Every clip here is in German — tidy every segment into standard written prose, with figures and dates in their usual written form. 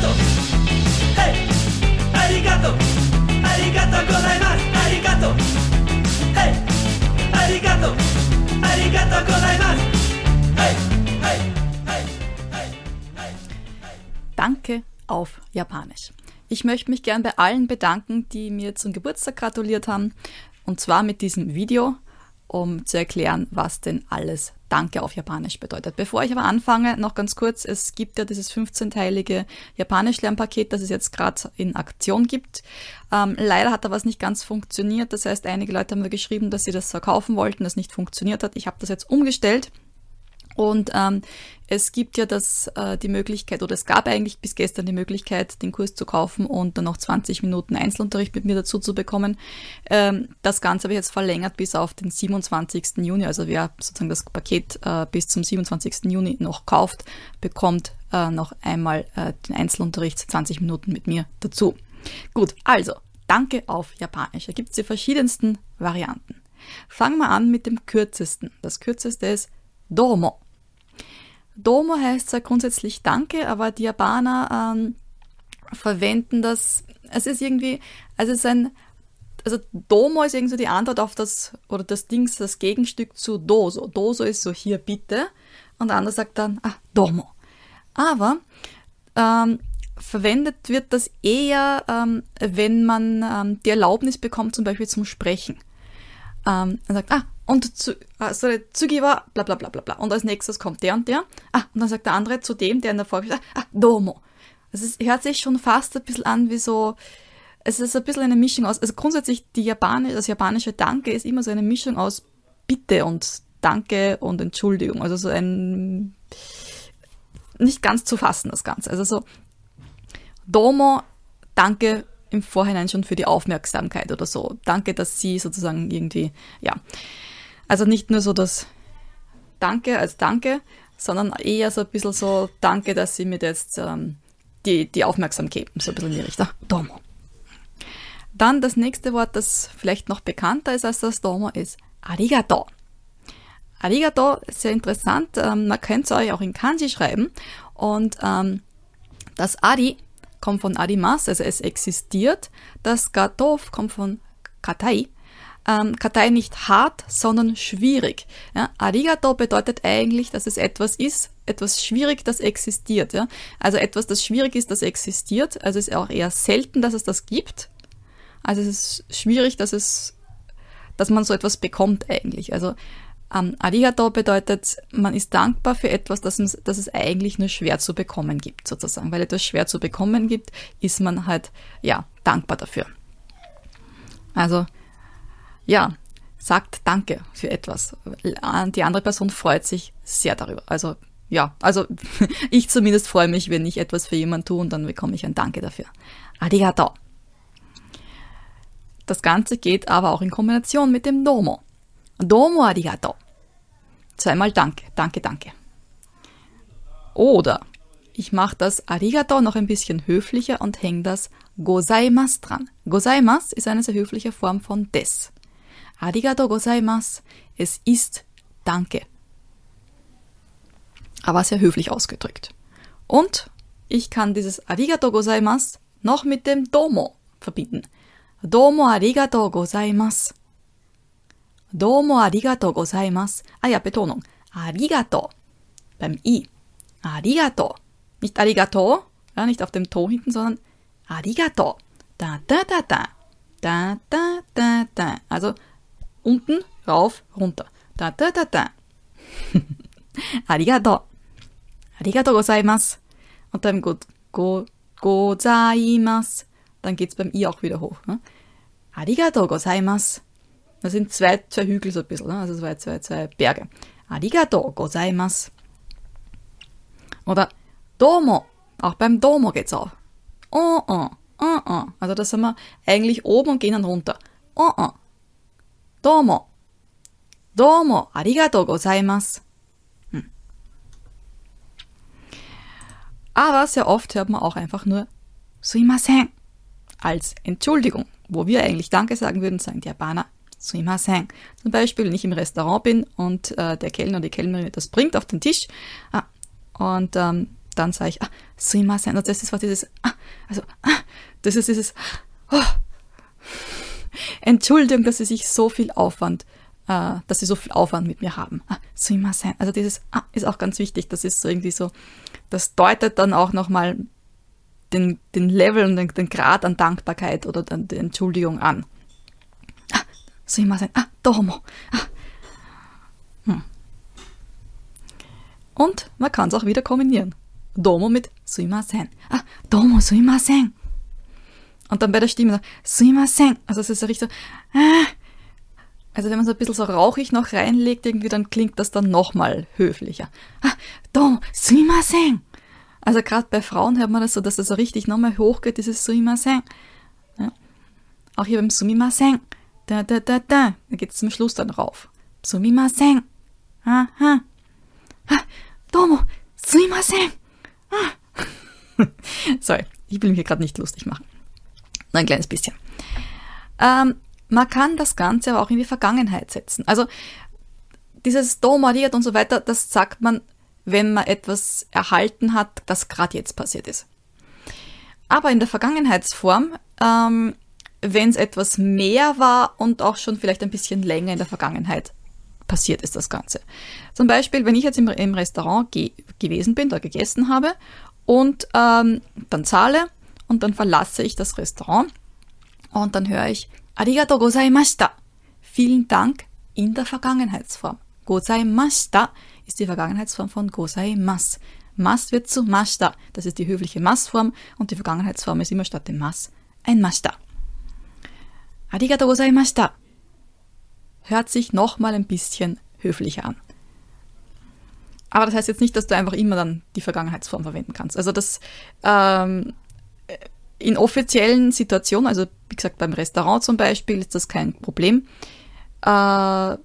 arigato. Hey, arigato. Arigato gozaimasu. Arigato. Hey, arigato. Arigato gozaimasu. Hey, hey, hey, hey, hey. Danke auf Japanisch. Ich möchte mich gern bei allen bedanken, die mir zum Geburtstag gratuliert haben. Und zwar mit diesem Video, um zu erklären, was denn alles Danke auf Japanisch bedeutet. Bevor ich aber anfange, noch ganz kurz, es gibt ja dieses 15-teilige Japanisch-Lernpaket, das es jetzt gerade in Aktion gibt. Leider hat da was nicht ganz funktioniert. Das heißt, einige Leute haben mir geschrieben, dass sie das verkaufen wollten, das nicht funktioniert hat. Ich habe das jetzt umgestellt. Und es gibt ja die Möglichkeit, oder es gab eigentlich bis gestern die Möglichkeit, den Kurs zu kaufen und dann noch 20 Minuten Einzelunterricht mit mir dazu zu bekommen. Das Ganze habe ich jetzt verlängert bis auf den 27. Juni. Also wer sozusagen das Paket bis zum 27. Juni noch kauft, bekommt noch einmal den Einzelunterricht 20 Minuten mit mir dazu. Gut, also Danke auf Japanisch. Da gibt es die verschiedensten Varianten. Fangen wir an mit dem kürzesten. Das kürzeste ist Domo. Domo heißt zwar grundsätzlich Danke, aber die Japaner verwenden das, es ist irgendwie, also Domo ist irgendwie so die Antwort auf das, oder das Gegenstück zu Doso. Doso ist so, hier bitte, und der andere sagt dann, Domo. Aber verwendet wird das eher, wenn man die Erlaubnis bekommt, zum Beispiel zum Sprechen. Man sagt, Tsugi wa bla bla bla bla bla. Und als nächstes kommt der und der. Und dann sagt der andere zu dem, der in der Folge sagt, Domo. Es hört sich schon fast ein bisschen an wie so, es ist ein bisschen eine Mischung aus, also grundsätzlich das japanische Danke ist immer so eine Mischung aus Bitte und Danke und Entschuldigung. Also so ein, nicht ganz zu fassen das Ganze. Also so, Domo, Danke im Vorhinein schon für die Aufmerksamkeit oder so. Danke, dass Sie sozusagen irgendwie, ja. Also nicht nur so das Danke als Danke, sondern eher so ein bisschen so Danke, dass Sie mir jetzt die Aufmerksamkeit geben. So ein bisschen in die Richtung. Domo. Dann das nächste Wort, das vielleicht noch bekannter ist als das Domo, ist Arigato. Arigato ist sehr interessant. Man könnte es euch auch in Kanji schreiben. Und das Ari kommt von Arimasu, also es existiert. Das Gato kommt von Katai. Katai nicht hart, sondern schwierig. Ja? Arigato bedeutet eigentlich, dass es etwas ist, etwas schwierig, das existiert. Ja? Also etwas, das schwierig ist, das existiert. Also es ist auch eher selten, dass es das gibt. Also es ist schwierig, dass man so etwas bekommt eigentlich. Also Arigato bedeutet, man ist dankbar für etwas, das es eigentlich nur schwer zu bekommen gibt, sozusagen. Weil etwas schwer zu bekommen gibt, ist man halt, ja, dankbar dafür. Also, ja, sagt Danke für etwas. Die andere Person freut sich sehr darüber. Also, ja, ich zumindest freue mich, wenn ich etwas für jemanden tue und dann bekomme ich ein Danke dafür. Arigato. Das Ganze geht aber auch in Kombination mit dem Domo. Domo arigato. Zweimal Danke, Danke, Danke. Oder ich mache das Arigato noch ein bisschen höflicher und hänge das Gozaimasu dran. Gozaimasu ist eine sehr höfliche Form von des. Arigato gozaimasu, es ist Danke. Aber sehr höflich ausgedrückt. Und ich kann dieses Arigato gozaimasu noch mit dem Domo verbinden. Domo arigato gozaimasu. Domo arigato gozaimasu. Ja, Betonung. Arigato. Beim I. Arigato. Nicht arigato, ja, nicht auf dem To hinten, sondern arigato. Da, da, da, da. Da, da, da, da. Also unten, rauf, runter. Da, da, da, da. Arigato. Arigato gozaimasu. Und dann gozaimasu. Dann geht's beim I auch wieder hoch. Ne? Arigato gozaimasu. Das sind zwei Hügel so ein bisschen, ne? Also zwei Berge. Arigato gozaimasu. Oder Domo. Auch beim Domo geht's auch. Also da sind wir eigentlich oben und gehen dann runter. Domo. Domo. Arigato gozaimasu. Aber sehr oft hört man auch einfach nur Sumimasen als Entschuldigung. Wo wir eigentlich Danke sagen würden, sagen die Japaner Sumimasen. Zum Beispiel, wenn ich im Restaurant bin und der Kellner oder die Kellnerin das bringt auf den Tisch und dann sage ich, suimasen. Und das ist was dieses, das ist dieses, Entschuldigung, dass sie so viel Aufwand mit mir haben. Suimasen. Also dieses ist auch ganz wichtig. Das ist so irgendwie so, das deutet dann auch nochmal den Level und den Grad an Dankbarkeit oder dann die Entschuldigung an. Suimasen. Domo. Und man kann es auch wieder kombinieren. Domo mit suimasen. Domo suimasen. Und dann bei der Stimme suimasen. Also es ist so richtig so, also wenn man so ein bisschen so rauchig noch reinlegt, irgendwie, dann klingt das dann nochmal höflicher. Domo suimasen. Also gerade bei Frauen hört man das so, dass das so richtig nochmal hochgeht, dieses suimasen. Ja. Auch hier beim sumimasen. Da geht es zum Schluss dann rauf. Sumimasen. Domo, suimasen. Sorry, ich will mich hier gerade nicht lustig machen. Nur ein kleines bisschen. Man kann das Ganze aber auch in die Vergangenheit setzen. Also dieses Domo, arigato und so weiter, das sagt man, wenn man etwas erhalten hat, das gerade jetzt passiert ist. Aber in der Vergangenheitsform, wenn es etwas mehr war und auch schon vielleicht ein bisschen länger in der Vergangenheit passiert ist das Ganze. Zum Beispiel, wenn ich jetzt im Restaurant gewesen bin oder gegessen habe und dann zahle und dann verlasse ich das Restaurant und dann höre ich Arigatou gozaimashita. Vielen Dank in der Vergangenheitsform. Gozaimashita ist die Vergangenheitsform von gozaimasu. Mas wird zu mashita. Das ist die höfliche Mas-Form und die Vergangenheitsform ist immer statt dem Mas ein mashita. Arigatou gozaimashita. Hört sich nochmal ein bisschen höflicher an. Aber das heißt jetzt nicht, dass du einfach immer dann die Vergangenheitsform verwenden kannst. Also das in offiziellen Situationen, also wie gesagt beim Restaurant zum Beispiel, ist das kein Problem. Aber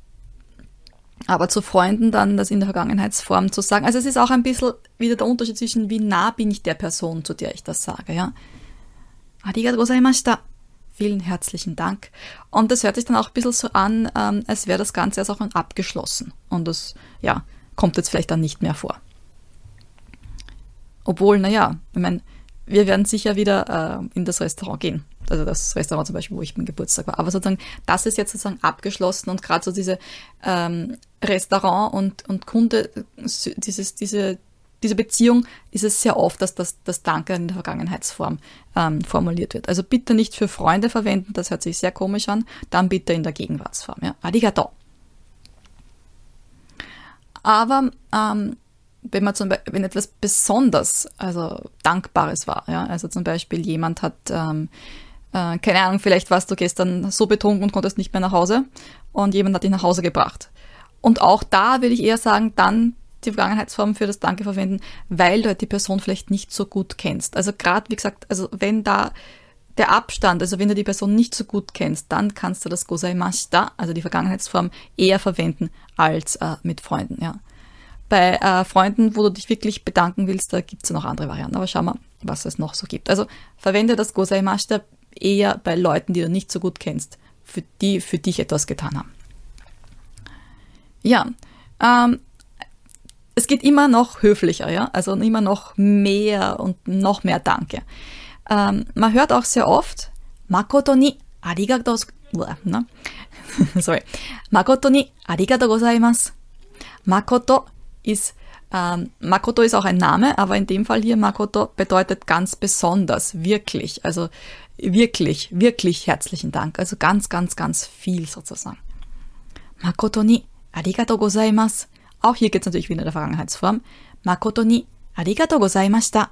zu Freunden dann das in der Vergangenheitsform zu sagen. Also es ist auch ein bisschen wieder der Unterschied zwischen, wie nah bin ich der Person, zu der ich das sage. Ja? Arigatou gozaimashita. Vielen herzlichen Dank. Und das hört sich dann auch ein bisschen so an, als wäre das Ganze erst auch abgeschlossen. Und das, kommt jetzt vielleicht dann nicht mehr vor. Obwohl, ich meine, wir werden sicher wieder in das Restaurant gehen. Also das Restaurant zum Beispiel, wo ich beim Geburtstag war. Aber sozusagen, das ist jetzt sozusagen abgeschlossen und gerade so diese Restaurant und Kunde, diese Beziehung ist es sehr oft, dass das Danke in der Vergangenheitsform formuliert wird. Also bitte nicht für Freunde verwenden, das hört sich sehr komisch an, dann bitte in der Gegenwartsform. Ja. Arigato. Aber wenn etwas besonders, also Dankbares war, ja, also zum Beispiel jemand hat, keine Ahnung, vielleicht warst du gestern so betrunken und konntest nicht mehr nach Hause und jemand hat dich nach Hause gebracht. Und auch da würde ich eher sagen, dann die Vergangenheitsform für das Danke verwenden, weil du halt die Person vielleicht nicht so gut kennst. Also gerade, wie gesagt, also wenn da der Abstand, also wenn du die Person nicht so gut kennst, dann kannst du das gozaimashita, also die Vergangenheitsform, eher verwenden als mit Freunden. Ja. Bei Freunden, wo du dich wirklich bedanken willst, da gibt es ja noch andere Varianten. Aber schau mal, was es noch so gibt. Also verwende das gozaimashita eher bei Leuten, die du nicht so gut kennst, die für dich etwas getan haben. Ja, es geht immer noch höflicher, ja, also immer noch mehr und noch mehr Danke. Man hört auch sehr oft Makoto ni arigatou Makoto ni arigatou gozaimasu. Makoto ist auch ein Name, aber in dem Fall hier Makoto bedeutet ganz besonders, wirklich, also wirklich, wirklich herzlichen Dank, also ganz, ganz, ganz viel sozusagen. Makoto ni arigatou gozaimasu. Auch hier geht es natürlich wieder in der Vergangenheitsform. Makoto ni arigatou gozaimashita.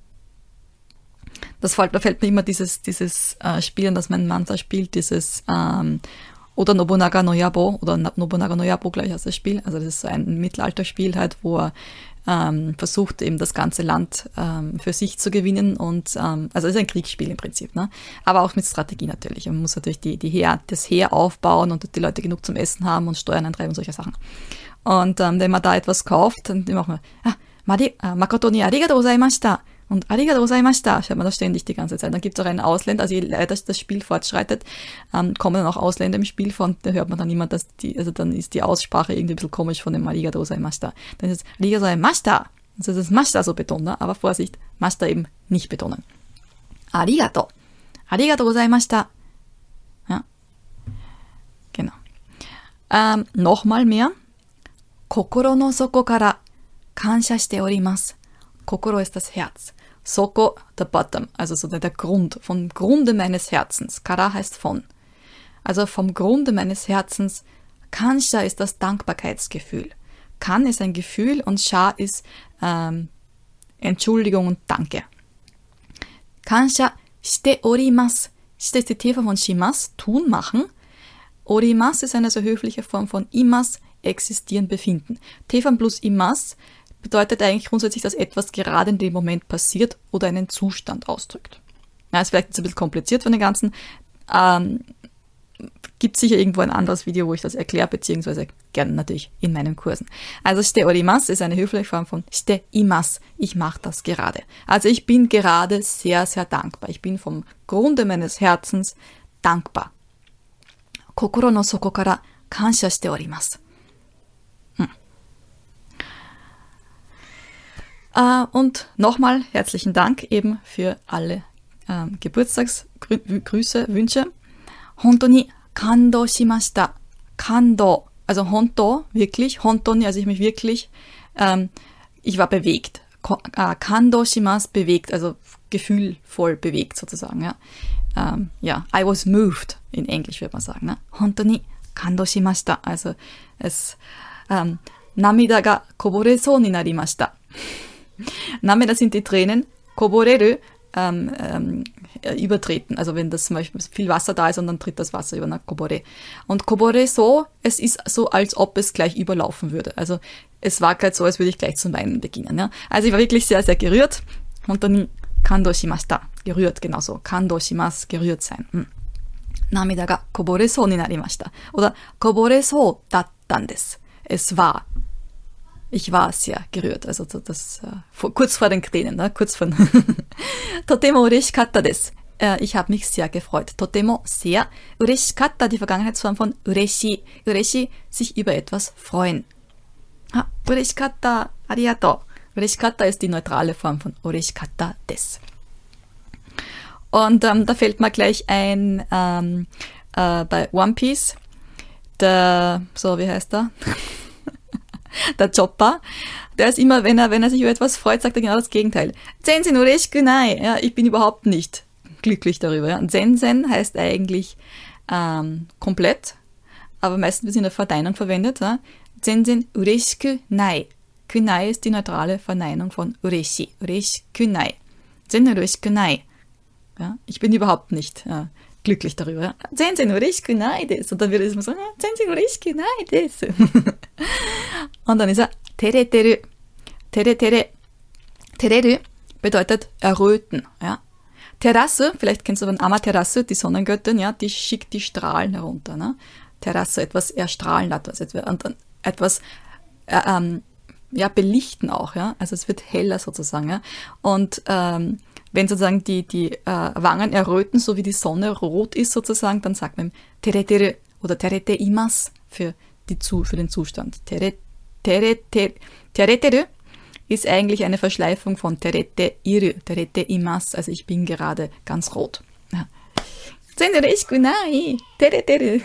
Da fällt mir immer dieses Spiel an, das mein Mann da spielt, dieses oder Nobunaga no Yabo, oder Nobunaga no Yabo gleich heißt das Spiel. Also das ist so ein Mittelalterspiel halt, wo er versucht eben das ganze Land für sich zu gewinnen und also es ist ein Kriegsspiel im Prinzip, ne? Aber auch mit Strategie natürlich. Man muss natürlich das Heer aufbauen und die Leute genug zum Essen haben und Steuern eintreiben und solche Sachen. Und wenn man da etwas kauft, dann machen wir Makoto ni arigatou gozaimashita. Und arigatou gozaimashita, hört man da ständig die ganze Zeit. Dann gibt es auch einen Ausländer, also je weiter das Spiel fortschreitet, kommen dann auch Ausländer im Spiel vor und da hört man dann immer, dann ist die Aussprache irgendwie ein bisschen komisch von dem arigatou gozaimashita. Dann ist es arigatou gozaimashita. Also das ist mashita so betonen, ne? Aber Vorsicht, mashita eben nicht betonen. Arigato. Arigato gozaimashita. Ja. Genau. Nochmal mehr. Kokoro no soko kara kansha shite orimasu. Kokoro ist das Herz. Soko, the bottom, also so der Grund, vom Grunde meines Herzens. Kara heißt von. Also vom Grunde meines Herzens. Kansha ist das Dankbarkeitsgefühl. Kan ist ein Gefühl und Sha ist Entschuldigung und Danke. Kansha shite orimasu. Shite ist die Tiefe von shimasu, tun, machen. Orimasu ist eine so höfliche Form von imasu, existieren, befinden. Tefan plus imasu bedeutet eigentlich grundsätzlich, dass etwas gerade in dem Moment passiert oder einen Zustand ausdrückt. Ja, ist vielleicht jetzt ein bisschen kompliziert von den ganzen. Gibt sicher irgendwo ein anderes Video, wo ich das erkläre, beziehungsweise gerne natürlich in meinen Kursen. Also shite orimasu ist eine höfliche Form von shite imasu. Ich mache das gerade. Also ich bin gerade sehr, sehr dankbar. Ich bin vom Grunde meines Herzens dankbar. Kokoro no soko kara kansha shite orimasu. Und nochmal herzlichen Dank eben für alle Geburtstagsgrüße, Wünsche. Honto ni kando shimashita. Kando, also honto, wirklich. Honto ni, also ich mich wirklich, ich war bewegt. Kando shimasu, bewegt, also gefühlvoll bewegt sozusagen. Ja. Ja, I was moved, in Englisch würde man sagen. Ne? Honto ni kando shimashita. Also es, Namida ga koboresou ni narimashita. Namida sind die Tränen, koboreru, übertreten. Also wenn das zum Beispiel viel Wasser da ist und dann tritt das Wasser über, kobore. Und kobore so, es ist so, als ob es gleich überlaufen würde. Also es war gleich so, als würde ich gleich zum Weinen beginnen. Ja? Also ich war wirklich sehr, sehr gerührt. Honto ni kando shimashita. Gerührt, genauso. Kando shimasu, gerührt sein. Namida ga koboresou ni narimashita. Oder koboresou dattan desu. Es war. Ich war sehr gerührt, also das kurz vor den Tränen, ne? Kurz vor Totemo ureshikatta desu. Ich habe mich sehr gefreut. Totemo, sehr. Ureshikatta, die Vergangenheitsform von ureshi. Ureshi, sich über etwas freuen. Ureshikatta, arigato. Ureshikatta ist die neutrale Form von ureshikatta desu. Und da fällt mir gleich ein, bei One Piece, wie heißt er? Der Chopper, der ist immer, wenn er sich über etwas freut, sagt er genau das Gegenteil. Zensen ureshiku nai. Ja, ich bin überhaupt nicht glücklich darüber. Ja. Und Zensen heißt eigentlich komplett, aber meistens wird es in der Verneinung verwendet. Ja. Zensen ureshiku nai. Kunai ist die neutrale Verneinung von ureshi. Ureshiku nai. Zensen ureshiku nai. Ja, ich bin überhaupt nicht glücklich darüber. Zensen ureshiku nai desu. Und dann wird es immer so, Zensen ureshiku nai desu. Und dann ist er tereteru. Tereru bedeutet erröten. Ja. Terasu, vielleicht kennst du von Amaterasu, die Sonnengöttin, ja, die schickt die Strahlen herunter. Ne? Terasu, etwas erstrahlen, etwas belichten auch. Ja? Also es wird heller sozusagen. Ja? Und wenn sozusagen die Wangen erröten, so wie die Sonne rot ist sozusagen, dann sagt man tereteru oder terete imasu für den Zustand. Tereteru ist eigentlich eine Verschleifung von terete iru, terete imasu, also ich bin gerade ganz rot. Tereteru.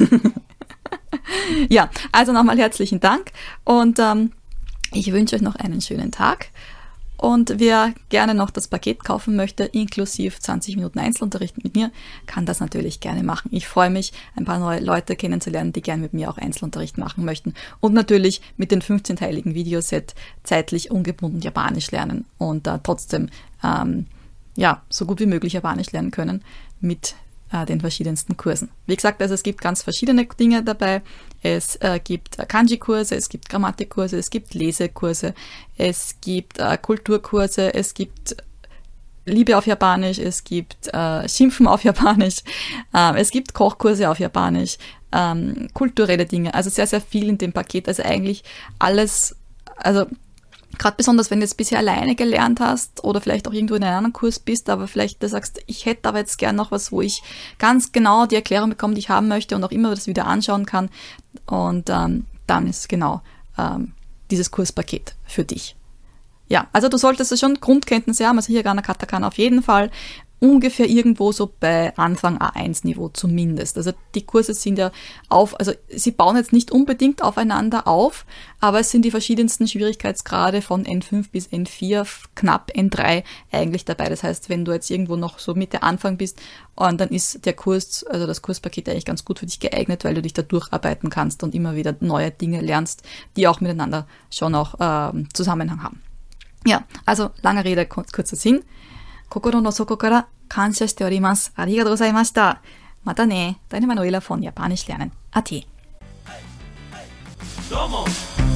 Ja, also nochmal herzlichen Dank und ich wünsche euch noch einen schönen Tag. Und wer gerne noch das Paket kaufen möchte, inklusive 20 Minuten Einzelunterricht mit mir, kann das natürlich gerne machen. Ich freue mich, ein paar neue Leute kennenzulernen, die gerne mit mir auch Einzelunterricht machen möchten. Und natürlich mit dem 15-teiligen Videoset zeitlich ungebunden Japanisch lernen und trotzdem so gut wie möglich Japanisch lernen können mit den verschiedensten Kursen. Wie gesagt, also es gibt ganz verschiedene Dinge dabei. Es gibt Kanji-Kurse, es gibt Grammatikkurse, es gibt Lesekurse, es gibt Kulturkurse, es gibt Liebe auf Japanisch, es gibt Schimpfen auf Japanisch, es gibt Kochkurse auf Japanisch, kulturelle Dinge, also sehr, sehr viel in dem Paket, also eigentlich alles, also gerade besonders, wenn du jetzt bisher alleine gelernt hast oder vielleicht auch irgendwo in einem anderen Kurs bist, aber vielleicht du sagst, ich hätte aber jetzt gern noch was, wo ich ganz genau die Erklärung bekomme, die ich haben möchte und auch immer das wieder anschauen kann. Und dann ist genau dieses Kurspaket für dich. Ja, also du solltest schon Grundkenntnisse haben, also Hiragana, Katakana auf jeden Fall. Ungefähr irgendwo so bei Anfang A1-Niveau zumindest. Also die Kurse sind ja also sie bauen jetzt nicht unbedingt aufeinander auf, aber es sind die verschiedensten Schwierigkeitsgrade von N5 bis N4, knapp N3 eigentlich dabei. Das heißt, wenn du jetzt irgendwo noch so Mitte Anfang bist, und dann ist der Kurs, also das Kurspaket eigentlich ganz gut für dich geeignet, weil du dich da durcharbeiten kannst und immer wieder neue Dinge lernst, die auch miteinander schon auch Zusammenhang haben. Ja, also lange Rede, kurzer Sinn. 心の底から感謝しております。ありがとうございました。またね。Deine Manuela von Japanisch lernen. AT. どうも